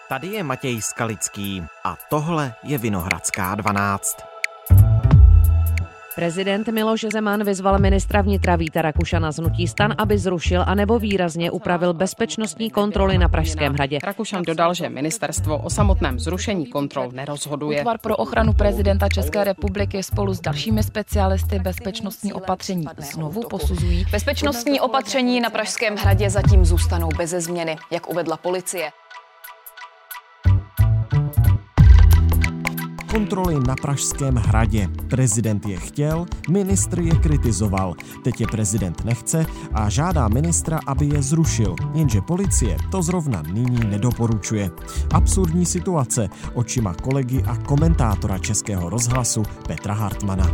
Tady je Matěj Skalický a tohle je Vinohradská 12. Prezident Miloš Zeman vyzval ministra vnitra Víta Rakušana z hnutí STAN, aby zrušil anebo výrazně upravil bezpečnostní kontroly na Pražském hradě. Rakušan dodal, že ministerstvo o samotném zrušení kontrol nerozhoduje. Útvar pro ochranu prezidenta České republiky spolu s dalšími specialisty bezpečnostní opatření znovu posuzují. Bezpečnostní opatření na Pražském hradě zatím zůstanou beze změny, jak uvedla policie. Kontroly na Pražském hradě. Prezident je chtěl, ministr je kritizoval. Teď je prezident nechce a žádá ministra, aby je zrušil. Jenže policie to zrovna nyní nedoporučuje. Absurdní situace očima kolegy a komentátora Českého rozhlasu Petra Hartmana.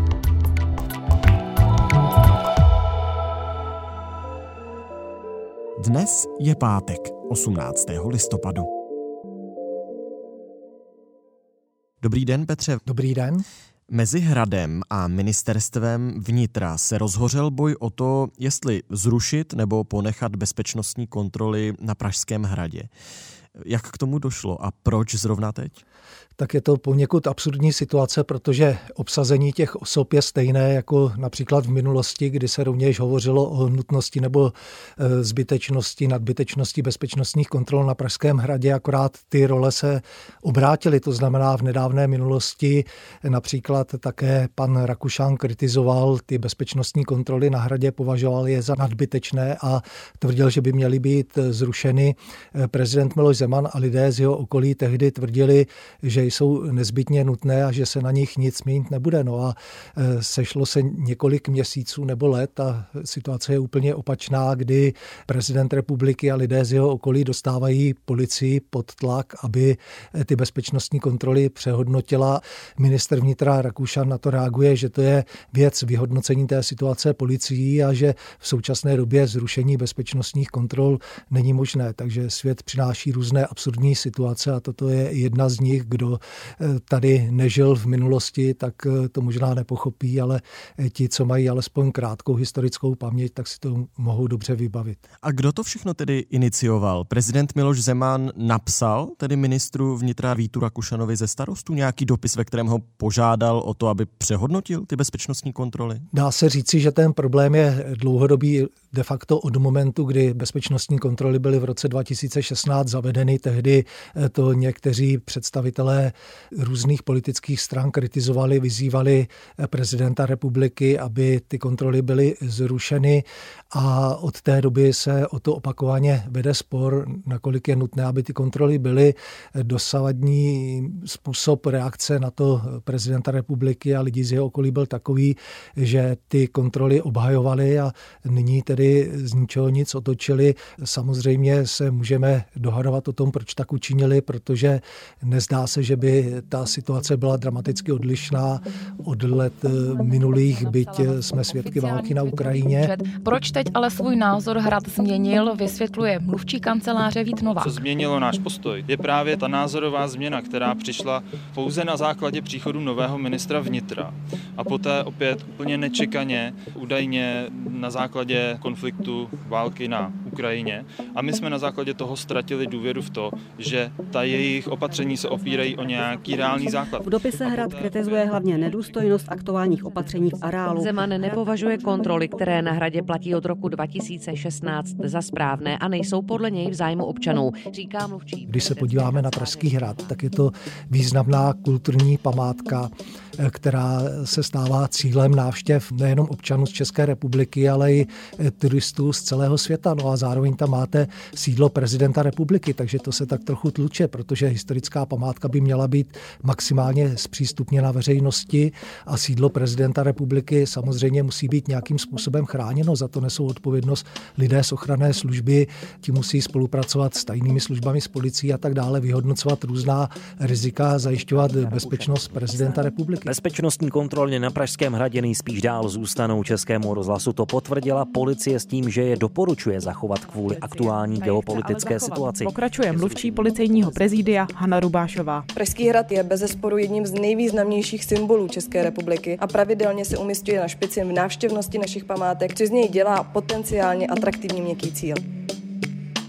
Dnes je pátek, 18. listopadu. Dobrý den, Petře. Dobrý den. Mezi hradem a ministerstvem vnitra se rozhořel boj o to, jestli zrušit nebo ponechat bezpečnostní kontroly na Pražském hradě. Jak k tomu došlo a proč zrovna teď? Tak je to poněkud absurdní situace, protože obsazení těch osob je stejné jako například v minulosti, kdy se rovněž hovořilo o nutnosti nebo zbytečnosti, nadbytečnosti bezpečnostních kontrol na Pražském hradě, akorát ty role se obrátily. To znamená v nedávné minulosti například také pan Rakušan kritizoval ty bezpečnostní kontroly na hradě, považoval je za nadbytečné a tvrdil, že by měly být zrušeny. Prezident Miloš Zeman a lidé z jeho okolí tehdy tvrdili, že jsou nezbytně nutné a že se na nich nic měnit nebude. No a sešlo se několik měsíců nebo let a situace je úplně opačná, kdy prezident republiky a lidé z jeho okolí dostávají policii pod tlak, aby ty bezpečnostní kontroly přehodnotila. Ministr vnitra Rakušan na to reaguje, že to je věc vyhodnocení té situace policií a že v současné době zrušení bezpečnostních kontrol není možné. Takže svět přináší různé absurdní situace a toto je jedna z nich. Kdo tady nežil v minulosti, tak to možná nepochopí, ale ti, co mají alespoň krátkou historickou paměť, tak si to mohou dobře vybavit. A kdo to všechno tedy inicioval? Prezident Miloš Zeman napsal tedy ministru vnitra Vítu Rakušanovi ze Starostů nějaký dopis, ve kterém ho požádal o to, aby přehodnotil ty bezpečnostní kontroly? Dá se říci, že ten problém je dlouhodobý de facto od momentu, kdy bezpečnostní kontroly byly v roce 2016 zavedeny. Tehdy to někteří představitelé různých politických stran kritizovali, vyzývali prezidenta republiky, aby ty kontroly byly zrušeny a od té doby se o to opakovaně vede spor, nakolik je nutné, aby ty kontroly byly. Dosavadní způsob reakce na to prezidenta republiky a lidí z jeho okolí byl takový, že ty kontroly obhajovali a nyní tedy z ničeho nic otočili. Samozřejmě se můžeme dohadovat o tom, proč tak učinili, protože nezdá se, že by ta situace byla dramaticky odlišná od let minulých, byť jsme svědky války na Ukrajině. Proč teď ale svůj názor Hrad změnil, vysvětluje mluvčí kanceláře Vít Novák. Co změnilo náš postoj, je právě ta názorová změna, která přišla pouze na základě příchodu nového ministra vnitra. A poté opět úplně nečekaně, údajně na základě konfliktu války na Ukrajině. A my jsme na základě toho ztratili důvěru v to, že ta jejich opatření se opírají o nějaký reálný základ. V dopise Hrad kritizuje hlavně nedůstojnost aktuálních opatření v areálu. Zeman nepovažuje kontroly, které na hradě platí od roku 2016 za správné a nejsou podle něj v zájmu občanů, říká mluvčí. Když se podíváme na Pražský hrad, tak je to významná kulturní památka, která se stává cílem návštěv nejenom občanů z České republiky, ale i turistů z celého světa. No a zároveň tam máte sídlo prezidenta republiky, takže to se tak trochu tluče, protože historická památka by měla být maximálně zpřístupněna veřejnosti a sídlo prezidenta republiky samozřejmě musí být nějakým způsobem chráněno. Za to nesou odpovědnost lidé z ochranné služby, ti musí spolupracovat s tajnými službami, s policií a tak dále, vyhodnocovat různá rizika, zajišťovat bezpečnost prezidenta republiky. Bezpečnostní kontroly na Pražském hradě nejspíš dál zůstanou. Českému rozhlasu to potvrdila policie s tím, že je doporučuje zachovat kvůli aktuální geopolitické situaci. Pokračuje mluvčí policejního prezidia Hana Rubášová. Pražský hrad je bezesporu jedním z nejvýznamnějších symbolů České republiky a pravidelně se umísťuje na špici v návštěvnosti našich památek, což z něj dělá potenciálně atraktivní měkký cíl.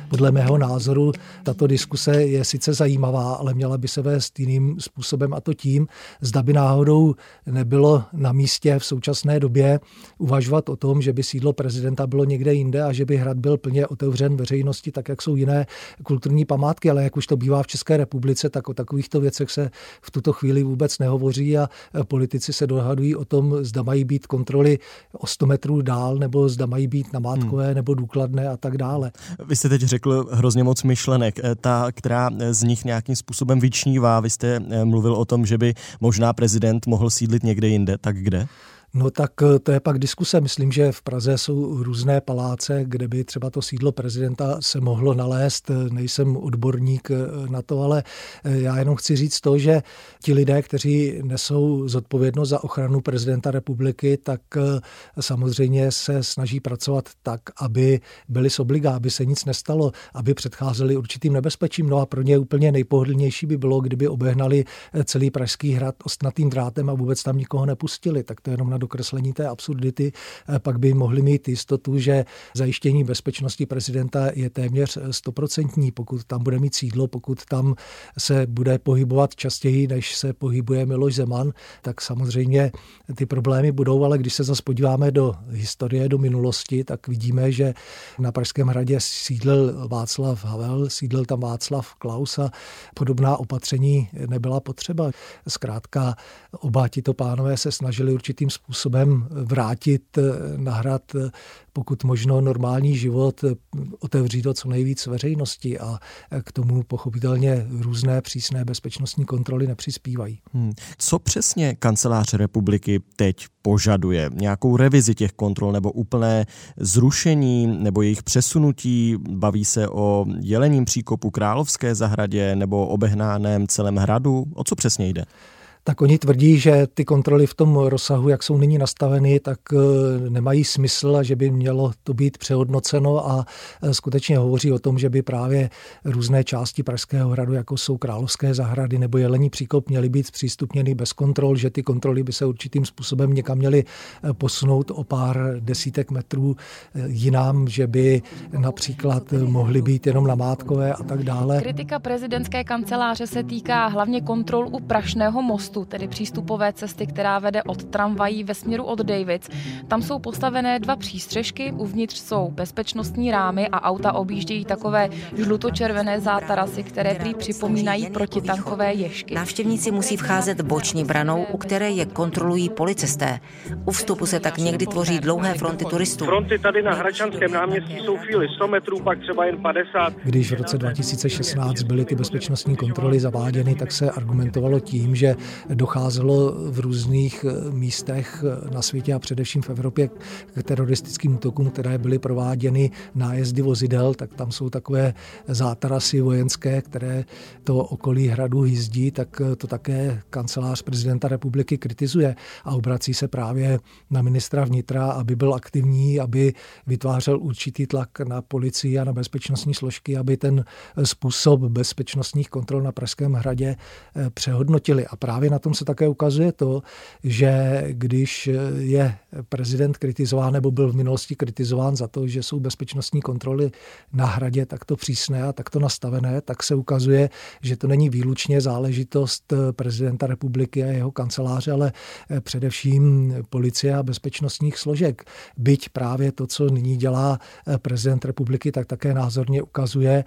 podle mého názoru tato diskuse je sice zajímavá, ale měla by se vést jiným způsobem, a to tím, zda by náhodou nebylo na místě v současné době uvažovat o tom, že by sídlo prezidenta bylo někde jinde a že by hrad byl plně otevřen veřejnosti, tak jak jsou jiné kulturní památky, ale jak už to bývá v České republice, tak o takovýchto věcech se v tuto chvíli vůbec nehovoří a politici se dohadují o tom, zda mají být kontroly o 100 metrů dál, nebo zda mají být namátkové nebo důkladné a tak dále. Vy jste teď řekl hrozně moc myšlenek. Ta, která z nich nějakým způsobem vyčnívá, vy jste mluvil o tom, že by možná prezident mohl sídlit někde jinde, tak kde? No tak to je pak diskuse. Myslím, že v Praze jsou různé paláce, kde by třeba to sídlo prezidenta se mohlo nalézt. Nejsem odborník na to, ale já jenom chci říct to, že ti lidé, kteří nesou zodpovědnost za ochranu prezidenta republiky, tak samozřejmě se snaží pracovat tak, aby byli z obliga, aby se nic nestalo, aby předcházeli určitým nebezpečím. No a pro ně úplně nejpohodlnější by bylo, kdyby obehnali celý Pražský hrad ostnatým drátem a vůbec tam nikoho nepustili. Tak to je jenom na dokreslení té absurdity, pak by mohli mít jistotu, že zajištění bezpečnosti prezidenta je téměř 100%, pokud tam bude mít sídlo, pokud tam se bude pohybovat častěji, než se pohybuje Miloš Zeman, tak samozřejmě ty problémy budou, ale když se zase podíváme do historie, do minulosti, tak vidíme, že na Pražském hradě sídlil Václav Havel, sídlil tam Václav Klaus a podobná opatření nebyla potřeba. Zkrátka oba tito pánové se snažili určitým způsobem vrátit na hrad pokud možno normální život, otevřít ho co nejvíc veřejnosti a k tomu pochopitelně různé přísné bezpečnostní kontroly nepřispívají. Co přesně kancelář republiky teď požaduje? Nějakou revizi těch kontrol nebo úplné zrušení nebo jejich přesunutí? Baví se o Jelenním příkopu, Královské zahradě nebo obehnáném celém hradu? O co přesně jde? Tak oni tvrdí, že ty kontroly v tom rozsahu, jak jsou nyní nastaveny, tak nemají smysl a že by mělo to být přehodnoceno a skutečně hovoří o tom, že by právě různé části Pražského hradu, jako jsou Královské zahrady nebo Jelení příkop, měly být zpřístupněny bez kontrol, že ty kontroly by se určitým způsobem někam měly posunout o pár desítek metrů jinam, že by například mohly být jenom namátkové a tak dále. Kritika prezidentské kanceláře se týká hlavně kontrol u Prašného mostu, tedy přístupové cesty, která vede od tramvají ve směru od Davids. Tam jsou postavené 2 přístřešky, uvnitř jsou bezpečnostní rámy a auta objíždějí takové žlutočervené zátarasy, které prý připomínají protitankové ježky. Návštěvníci musí vcházet boční branou, u které je kontrolují policisté. U vstupu se tak někdy tvoří dlouhé fronty turistů. Fronty tady na Hradčanském náměstí jsou chvíli 100 metrů, pak třeba jen 50. Když v roce 2016 byly ty bezpečnostní kontroly zaváděny, tak se argumentovalo tím, že docházelo v různých místech na světě a především v Evropě k teroristickým útokům, které byly prováděny nájezdy vozidel, tak tam jsou takové zátarasy vojenské, které to okolí hradu hyzdí, tak to také kancelář prezidenta republiky kritizuje a obrací se právě na ministra vnitra, aby byl aktivní, aby vytvářel určitý tlak na policii a na bezpečnostní složky, aby ten způsob bezpečnostních kontrol na Pražském hradě přehodnotili. A právě na tom se také ukazuje to, že když je prezident kritizován nebo byl v minulosti kritizován za to, že jsou bezpečnostní kontroly na hradě takto přísné a takto nastavené, tak se ukazuje, že to není výlučně záležitost prezidenta republiky a jeho kanceláře, ale především policie a bezpečnostních složek. Byť právě to, co nyní dělá prezident republiky, tak také názorně ukazuje,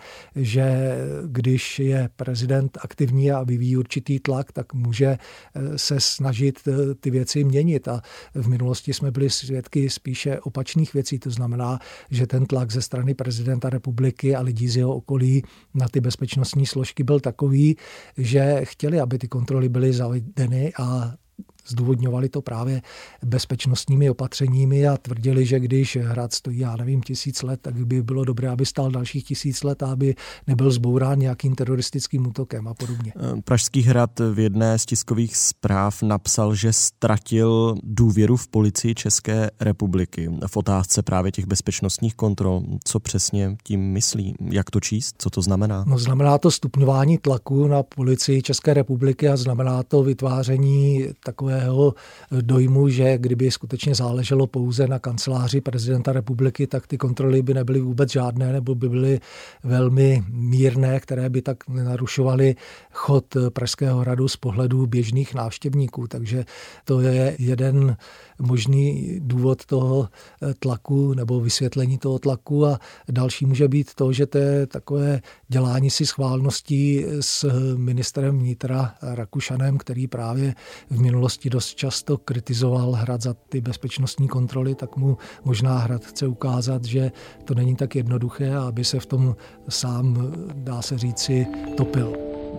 že když je prezident aktivní a vyvíjí určitý tlak, tak může se snažit ty věci měnit. A v minulosti jsme byli svědky spíše opačných věcí. To znamená, že ten tlak ze strany prezidenta republiky a lidí z jeho okolí na ty bezpečnostní složky byl takový, že chtěli, aby ty kontroly byly zavedeny a zdůvodňovali to právě bezpečnostními opatřeními a tvrdili, že když hrad stojí, já nevím, 1000 let, tak by bylo dobré, aby stál dalších 1000 let a aby nebyl zbourán nějakým teroristickým útokem a podobně. Pražský hrad v jedné z tiskových zpráv napsal, že ztratil důvěru v policii České republiky v otázce právě těch bezpečnostních kontrol. Co přesně tím myslí? Jak to číst? Co to znamená? No, znamená to stupňování tlaku na policii České republiky a znamená to vytváření takové takového dojmu, že kdyby skutečně záleželo pouze na kanceláři prezidenta republiky, tak ty kontroly by nebyly vůbec žádné, nebo by byly velmi mírné, které by tak narušovaly chod Pražského hradu z pohledu běžných návštěvníků. Takže to je jeden možný důvod toho tlaku nebo vysvětlení toho tlaku a další může být to, že to je takové dělání si schválností s ministrem vnitra Rakušanem, který právě v minulosti dost často kritizoval Hrad za ty bezpečnostní kontroly, tak mu možná Hrad chce ukázat, že to není tak jednoduché a aby se v tom sám, dá se říci, topil.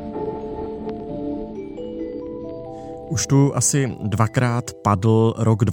Už tu asi dvakrát padl rok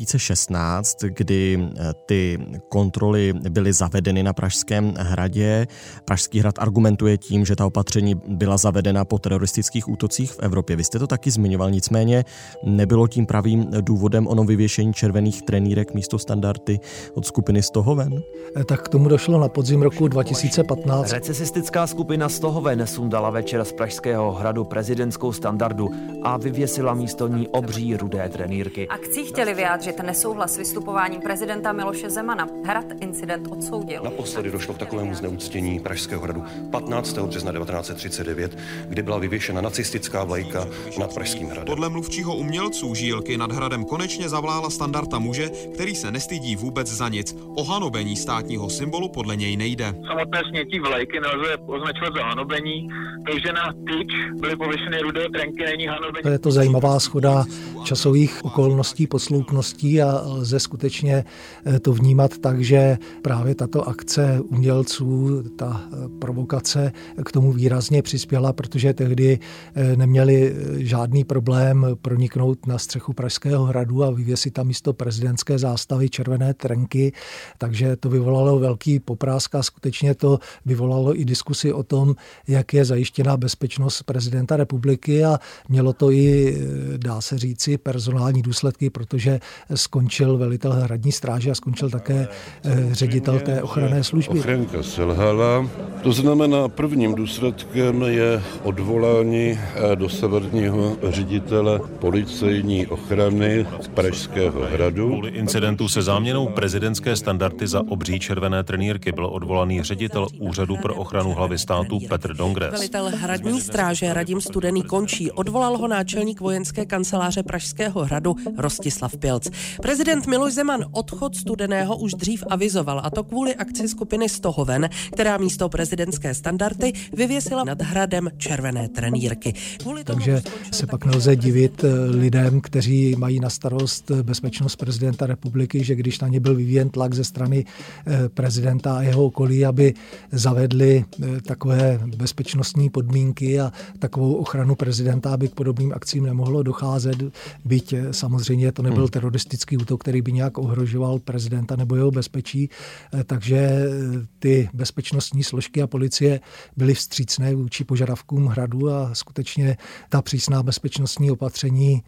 2016, kdy ty kontroly byly zavedeny na Pražském hradě. Pražský hrad argumentuje tím, že ta opatření byla zavedena po teroristických útocích v Evropě. Vy jste to taky zmiňoval, nicméně nebylo tím pravým důvodem ono vyvěšení červených trenýrek místo standardy od skupiny Stohoven? Tak k tomu došlo na podzim roku 2015. Recesistická skupina Stohoven sundala večer z Pražského hradu prezidentskou standardu a vyvěsila místo ní obří rudé trenýrky. Akcí chtěli vyjádřit nesouhlas s vystupováním prezidenta Miloše Zemana. Hrad incident odsoudil. Naposledy došlo k takovému zneuctění Pražského hradu 15. března 1939, kdy byla vyvěšena nacistická vlajka nad Pražským hradem. Podle mluvčího umělců Žílky nad hradem konečně zavlála standarda muže, který se nestydí vůbec za nic. O hanobení státního symbolu podle něj nejde. Samotné snětí vlajky nelze označovat za hanobení, to, že na tyč byly pověšeny rudé trenky, není hanobení. To je to zajímavá shoda časových okolností, posloupností a lze skutečně to vnímat tak, že právě tato akce umělců, ta provokace k tomu výrazně přispěla, protože tehdy neměli žádný problém proniknout na střechu Pražského hradu a vyvěsit tam místo prezidentské zástavy červené trenky, takže to vyvolalo velký poprask a skutečně to vyvolalo i diskusi o tom, jak je zajištěná bezpečnost prezidenta republiky a mělo to i, dá se říci, personální důsledky, protože skončil velitel hradní stráže a skončil také ředitel té ochranné služby. Ochranka selhala, to znamená prvním důsledkem je odvolání dosavadního ředitele policejní ochrany Pražského hradu. Kvůli incidentu se záměnou prezidentské standardy za obří červené trenýrky byl odvolaný ředitel Úřadu pro ochranu hlavy státu Petr Dongres. Velitel hradní stráže Radim Studený končí, odvolal ho náčelník vojenské kanceláře Pražského hradu Rostislav Pilc. Prezident Miloš Zeman odchod Studeného už dřív avizoval, a to kvůli akci skupiny Stohoven, která místo prezidentské standardy vyvěsila nad hradem červené trenýrky. Takže se pak nelze divit lidem, kteří mají na starost bezpečnost prezidenta republiky, že když na ně byl vyvíjen tlak ze strany prezidenta a jeho okolí, aby zavedli takové bezpečnostní podmínky a takovou ochranu prezidenta, aby k podobným akcím nemohlo docházet, byť samozřejmě to nebyl teroristický útok, který by nějak ohrožoval prezidenta nebo jeho bezpečí, takže ty bezpečnostní složky a policie byly vstřícné vůči požadavkům hradu a skutečně ta přísná bezpečnostní opatření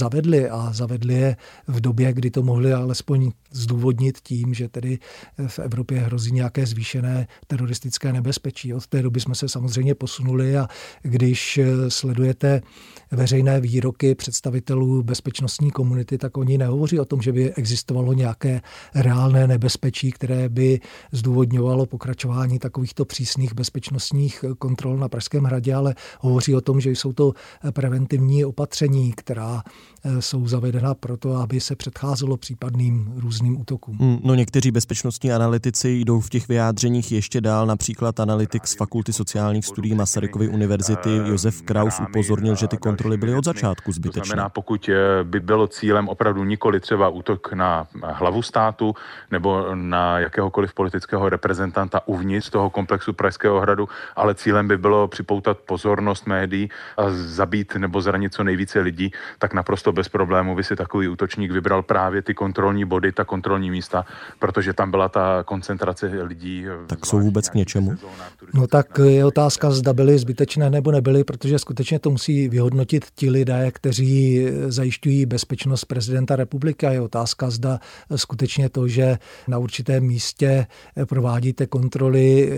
zavedli je v době, kdy to mohli alespoň zdůvodnit tím, že tedy v Evropě hrozí nějaké zvýšené teroristické nebezpečí. Od té doby jsme se samozřejmě posunuli a když sledujete veřejné výroky představitelů bezpečnostní komunity, tak oni nehovoří o tom, že by existovalo nějaké reálné nebezpečí, které by zdůvodňovalo pokračování takovýchto přísných bezpečnostních kontrol na Pražském hradě, ale hovoří o tom, že jsou to preventivní opatření, která jsou zavedena proto, aby se předcházelo případným různým útokům. No, někteří bezpečnostní analytici jdou v těch vyjádřeních ještě dál, například analytik z Fakulty sociálních studií Masarykovy univerzity Josef Kraus upozornil, že ty kontroly byly od začátku zbytečné. To znamená, pokud by bylo cílem opravdu nikoli třeba útok na hlavu státu nebo na jakéhokoliv politického reprezentanta uvnitř toho komplexu Pražského hradu, ale cílem by bylo připoutat pozornost médií a zabít nebo zranit co nejvíce lidí, tak naprosto bez problému by si takový útočník vybral právě ty kontrolní body, ta kontrolní místa, protože tam byla ta koncentrace lidí. Tak jsou vůbec k něčemu? No tak je otázka, zda byly zbytečné nebo nebyly, protože skutečně to musí vyhodnotit ti lidé, kteří zajišťují bezpečnost prezidenta republiky. Je otázka, zda skutečně to, že na určitém místě provádíte kontroly,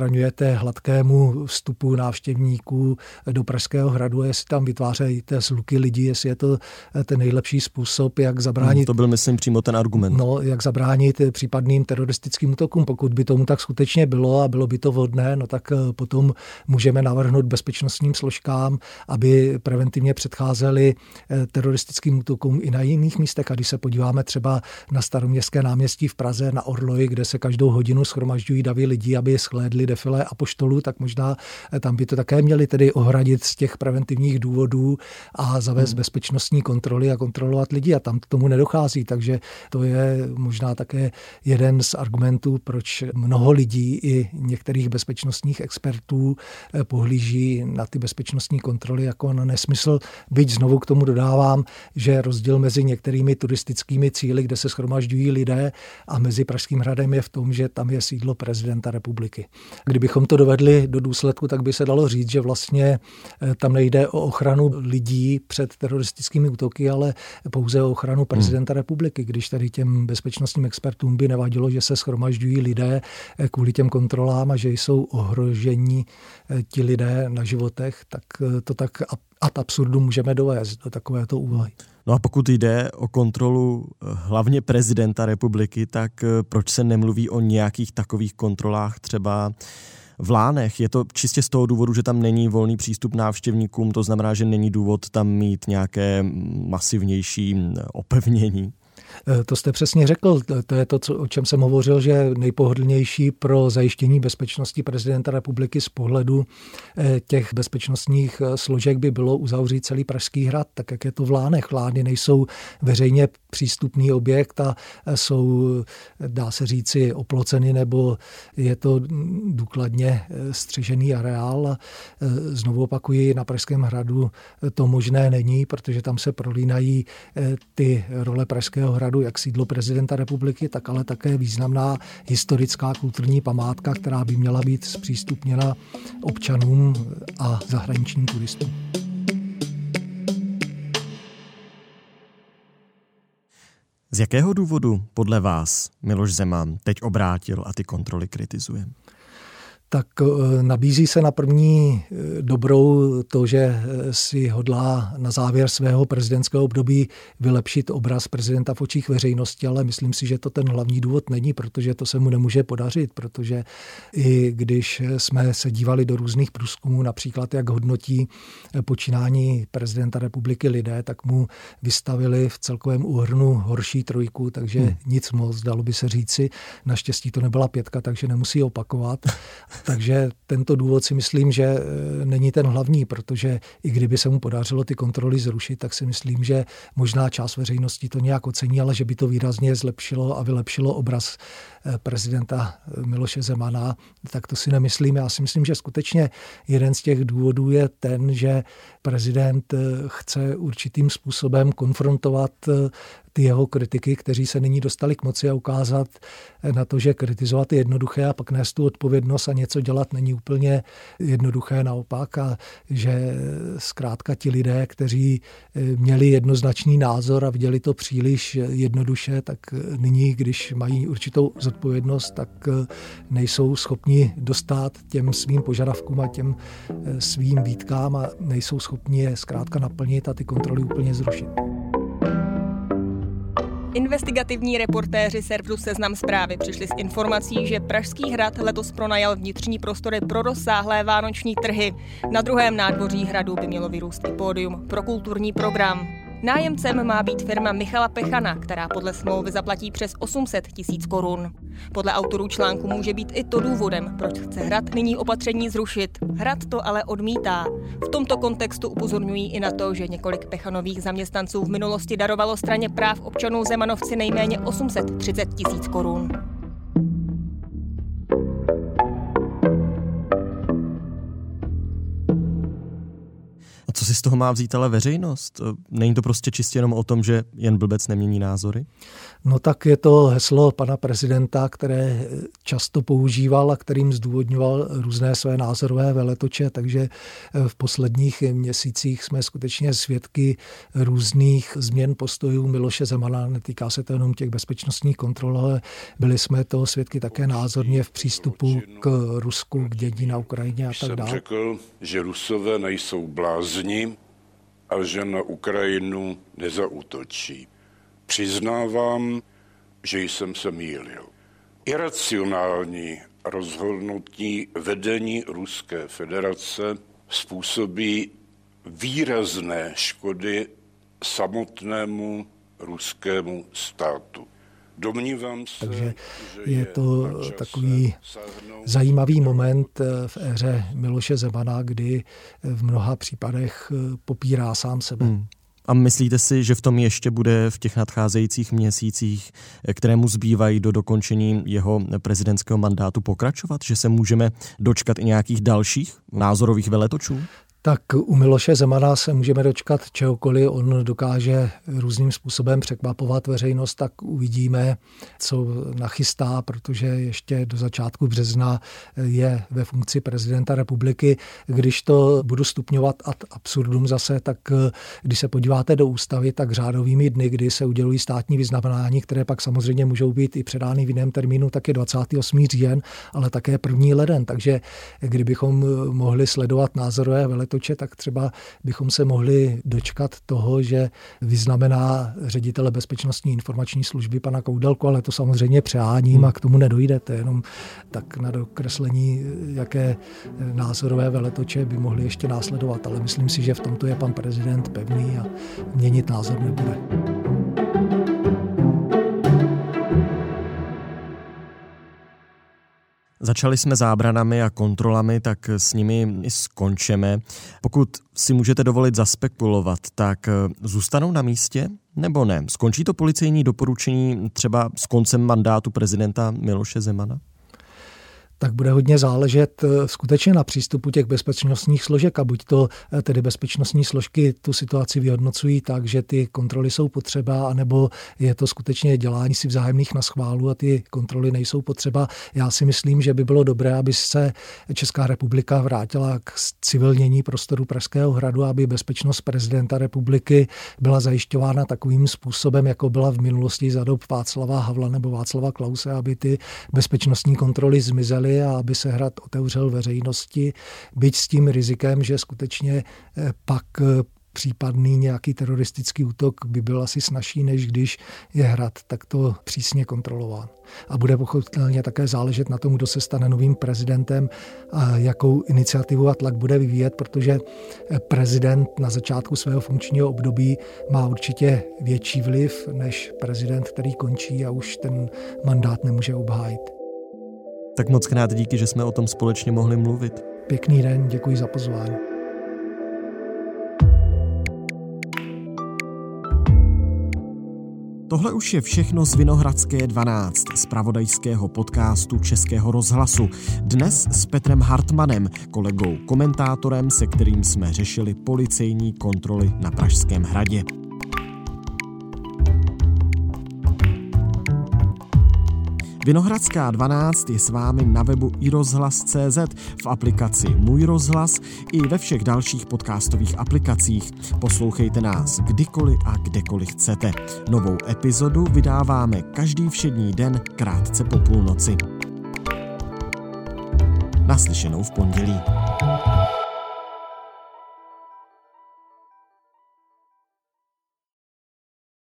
zabraňujete hladkému vstupu návštěvníků do Pražského hradu, jestli tam vytvářejí té zluky lidí, jestli je to ten nejlepší způsob, jak zabránit. To byl, myslím, přímo ten argument. No, jak zabránit případným teroristickým útokům. Pokud by tomu tak skutečně bylo a bylo by to vhodné, no tak potom můžeme navrhnout bezpečnostním složkám, aby preventivně předcházely teroristickým útokům i na jiných místech. A když se podíváme třeba na Staroměstské náměstí v Praze, na Orloji, kde se každou hodinu shromažďují davy lidí, aby shlédli defilé apoštolů, tak možná tam by to také měli tedy ohradit z těch preventivních důvodů a zavést bezpečnostní kontroly a kontrolovat lidi. A tam k tomu nedochází. Takže to je možná také jeden z argumentů, proč mnoho lidí i některých bezpečnostních expertů pohlíží na ty bezpečnostní kontroly jako na nesmysl. Byť znovu k tomu dodávám, že rozdíl mezi některými turistickými cíli, kde se shromažďují lidé, a mezi Pražským hradem je v tom, že tam je sídlo prezidenta republiky. Kdybychom to dovedli do důsledku, tak by se dalo říct, že vlastně tam nejde o ochranu lidí před teroristickými útoky, ale pouze o ochranu prezidenta republiky, když tady těm bezpečnostním expertům by nevadilo, že se shromažďují lidé kvůli těm kontrolám a že jsou ohroženi ti lidé na životech, tak to tak ad absurdum můžeme dovést do takovéto úvahy. No a pokud jde o kontrolu hlavně prezidenta republiky, tak proč se nemluví o nějakých takových kontrolách třeba v Lánech? Je to čistě z toho důvodu, že tam není volný přístup návštěvníkům, to znamená, že není důvod tam mít nějaké masivnější opevnění? To jste přesně řekl. To je to, o čem jsem hovořil, že nejpohodlnější pro zajištění bezpečnosti prezidenta republiky z pohledu těch bezpečnostních složek by bylo uzavřít celý Pražský hrad, tak jak je to v Lánech. Lány nejsou veřejně přístupný objekt a jsou, dá se říci, oploceny, nebo je to důkladně střežený areál. A znovu opakuji, na Pražském hradu to možné není, protože tam se prolínají ty role Pražského hradu, jak sídlo prezidenta republiky, tak ale také významná historická kulturní památka, která by měla být zpřístupněna občanům a zahraničním turistům. Z jakého důvodu podle vás Miloš Zeman teď obrátil a ty kontroly kritizuje? Tak nabízí se na první dobrou to, že si hodlá na závěr svého prezidentského období vylepšit obraz prezidenta v očích veřejnosti, ale myslím si, že to ten hlavní důvod není, protože to se mu nemůže podařit, protože i když jsme se dívali do různých průzkumů, například jak hodnotí počínání prezidenta republiky lidé, tak mu vystavili v celkovém úhrnu horší trojku, takže nic moc, dalo by se říci. Naštěstí to nebyla 5, takže nemusí opakovat. Takže tento důvod si myslím, že není ten hlavní, protože i kdyby se mu podařilo ty kontroly zrušit, tak si myslím, že možná část veřejnosti to nějak ocení, ale že by to výrazně zlepšilo a vylepšilo obraz prezidenta Miloše Zemana, tak to si nemyslím. Já si myslím, že skutečně jeden z těch důvodů je ten, že prezident chce určitým způsobem konfrontovat ty jeho kritiky, kteří se nyní dostali k moci, a ukázat na to, že kritizovat je jednoduché a pak nést tu odpovědnost a něco dělat není úplně jednoduché, naopak, a že zkrátka ti lidé, kteří měli jednoznačný názor a viděli to příliš jednoduše, tak nyní, když mají určitou zodpovědnost, tak nejsou schopni dostát těm svým požadavkům a těm svým výtkám a nejsou schopni je zkrátka naplnit a ty kontroly úplně zrušit. Investigativní reportéři serveru Seznam Zprávy přišli s informací, že Pražský hrad letos pronajal vnitřní prostory pro rozsáhlé vánoční trhy. Na druhém nádvoří hradu by mělo vyrůst i pódium pro kulturní program. Nájemcem má být firma Michala Pechana, která podle smlouvy zaplatí přes 800 000 korun. Podle autorů článku může být i to důvodem, proč chce hrad nyní opatření zrušit. Hrad to ale odmítá. V tomto kontextu upozorňují i na to, že několik Pechanových zaměstnanců v minulosti darovalo straně práv občanů Zemanovci nejméně 830 000 korun. A co si si z toho má vzít ale veřejnost? Není to prostě čistě jenom o tom, že jen blbec nemění názory? No tak je to heslo pana prezidenta, které často používal a kterým zdůvodňoval různé své názorové veletoče, takže v posledních měsících jsme skutečně svědky různých změn postojů Miloše Zemana. Netýká se to jenom těch bezpečnostních kontrol, ale byli jsme toho svědky také názorně v přístupu k Rusku, k dění na Ukrajině a tak dále. Jsem řekl, že Rusové nejsou blázni a že na Ukrajinu nezaútočí. Přiznávám, že jsem se mýlil. Iracionální rozhodnutí vedení Ruské federace způsobí výrazné škody samotnému ruskému státu. Domnívám se, takže je to takový zajímavý moment v éře Miloše Zemana, kdy v mnoha případech popírá sám sebe. A myslíte si, že v tom ještě bude v těch nadcházejících měsících, kterému zbývají do dokončení jeho prezidentského mandátu, pokračovat? Že se můžeme dočkat i nějakých dalších názorových veletočů? Tak u Miloše Zemana se můžeme dočkat čehokoliv, on dokáže různým způsobem překvapovat veřejnost, tak uvidíme, co nachystá, protože ještě do začátku března je ve funkci prezidenta republiky. Když to budu stupňovat ad absurdum zase, tak když se podíváte do ústavy, tak řádovými dny, kdy se udělují státní vyznamenání, které pak samozřejmě můžou být i předány v jiném termínu, tak je 28. říjen, ale také 1. leden. Takže kdybychom mohli sledovat názorové veletoče, tak třeba bychom se mohli dočkat toho, že vyznamená ředitele Bezpečnostní informační služby pana Koudelku, ale to samozřejmě přeháním a k tomu nedojde. To je jenom tak na dokreslení, jaké názorové veletoče by mohly ještě následovat. Ale myslím si, že v tomto je pan prezident pevný a měnit názor nebude. Začali jsme zábranami a kontrolami, tak s nimi i skončeme. Pokud si můžete dovolit zaspekulovat, tak zůstanou na místě nebo ne? Skončí to policejní doporučení třeba s koncem mandátu prezidenta Miloše Zemana? Tak bude hodně záležet skutečně na přístupu těch bezpečnostních složek a buď to tedy bezpečnostní složky tu situaci vyhodnocují tak, že ty kontroly jsou potřeba, anebo je to skutečně dělání si vzájemných naschválů a ty kontroly nejsou potřeba. Já si myslím, že by bylo dobré, aby se Česká republika vrátila k civilnění prostoru Pražského hradu, aby bezpečnost prezidenta republiky byla zajišťována takovým způsobem, jako byla v minulosti za dob Václava Havla nebo Václava Klause, aby ty bezpečnostní kontroly zmizely a aby se hrad otevřel veřejnosti, byť s tím rizikem, že skutečně pak případný nějaký teroristický útok by byl asi snazší, než když je hrad takto přísně kontrolován. A bude pochopitelně také záležet na tom, kdo se stane novým prezidentem a jakou iniciativu a tlak bude vyvíjet, protože prezident na začátku svého funkčního období má určitě větší vliv než prezident, který končí a už ten mandát nemůže obhájit. Tak moc krát díky, že jsme o tom společně mohli mluvit. Pěkný den, děkuji za pozvání. Tohle už je všechno z Vinohradské 12, zpravodajského podcastu Českého rozhlasu. Dnes s Petrem Hartmanem, kolegou komentátorem, se kterým jsme řešili policejní kontroly na Pražském hradě. Vinohradská 12 je s vámi na webu iRozhlas.cz, v aplikaci Můj rozhlas i ve všech dalších podcastových aplikacích. Poslouchejte nás kdykoliv a kdekoliv chcete. Novou epizodu vydáváme každý všední den krátce po půlnoci. Naslyšenou v pondělí.